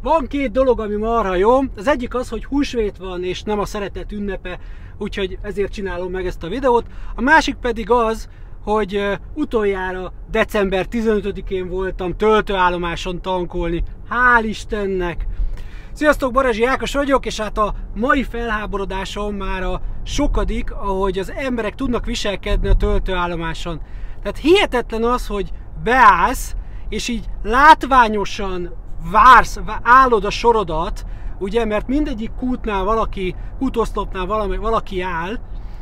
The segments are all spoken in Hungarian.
Van két dolog, ami marha jó. Az egyik az, hogy húsvét van, és nem a szeretet ünnepe, úgyhogy ezért csinálom meg ezt a videót. A másik pedig az, hogy utoljára december 15-én voltam töltőállomáson tankolni. Hál' Istennek! Sziasztok, Barazsi Ákos vagyok, és hát a mai felháborodásom már a sokadik, ahogy az emberek tudnak viselkedni a töltőállomáson. Tehát hihetetlen az, hogy beállsz, és így látványosan állod a sorodat, ugye, mert mindegyik kútnál valaki, kútoszlopnál valaki áll,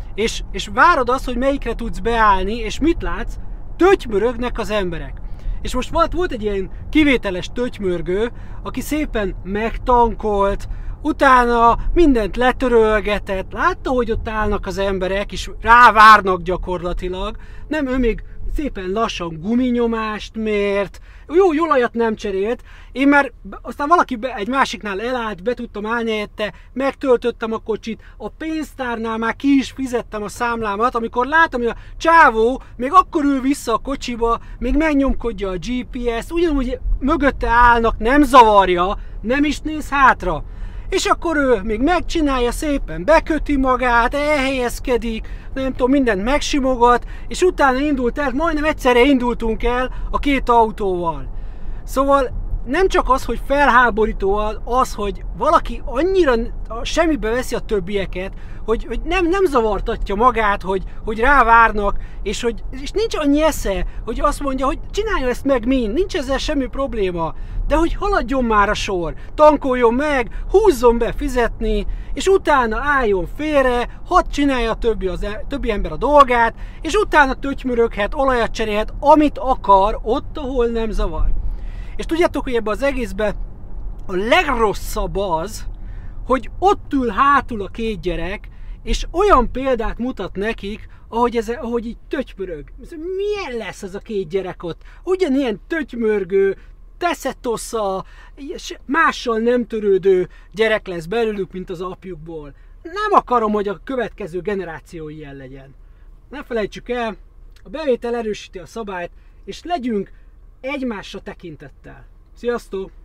és várod azt, hogy melyikre tudsz beállni, és mit látsz? Tötymörögnek az emberek. És most volt egy ilyen kivételes tötymörgő, aki szépen megtankolt, utána mindent letörölgetett, látta, hogy ott állnak az emberek, és rávárnak gyakorlatilag. Nem, ő még szépen lassan guminyomást mért, jó olajat nem cserélt, én már aztán valaki egy másiknál elállt, be tudtam állni helyette, megtöltöttem a kocsit, a pénztárnál már ki is fizettem a számlámat, amikor látom, hogy a csávó még akkor ül vissza a kocsiba, még megnyomkodja a GPS-t, ugyanúgy mögötte állnak, nem zavarja, nem is néz hátra. És akkor ő még megcsinálja szépen, beköti magát, elhelyezkedik, nem tudom, mindent megsimogat, és utána indult el, majdnem egyszerre indultunk el a két autóval. Szóval nem csak az, hogy felháborító az, hogy valaki annyira semmibe veszi a többieket, hogy nem zavartatja magát, hogy rávárnak, és nincs annyi esze, hogy azt mondja, hogy csinálja ezt meg mind, nincs ezzel semmi probléma, de hogy haladjon már a sor, tankoljon meg, húzzon be fizetni, és utána álljon félre, hadd csinálja a többi ember a dolgát, és utána tötymöröghet, olajat cserélhet, amit akar, ott, ahol nem zavar. És tudjátok, hogy ebben az egészben a legrosszabb az, hogy ott ül hátul a két gyerek, és olyan példát mutat nekik, ahogy így tötymörög. Milyen lesz ez a két gyerek ott? Ugyanilyen tötymörgő, teszetosza, mással nem törődő gyerek lesz belőlük, mint az apjukból. Nem akarom, hogy a következő generáció ilyen legyen. Ne felejtsük el, a bevétel erősíti a szabályt, és legyünk egymásra tekintettel. Sziasztok!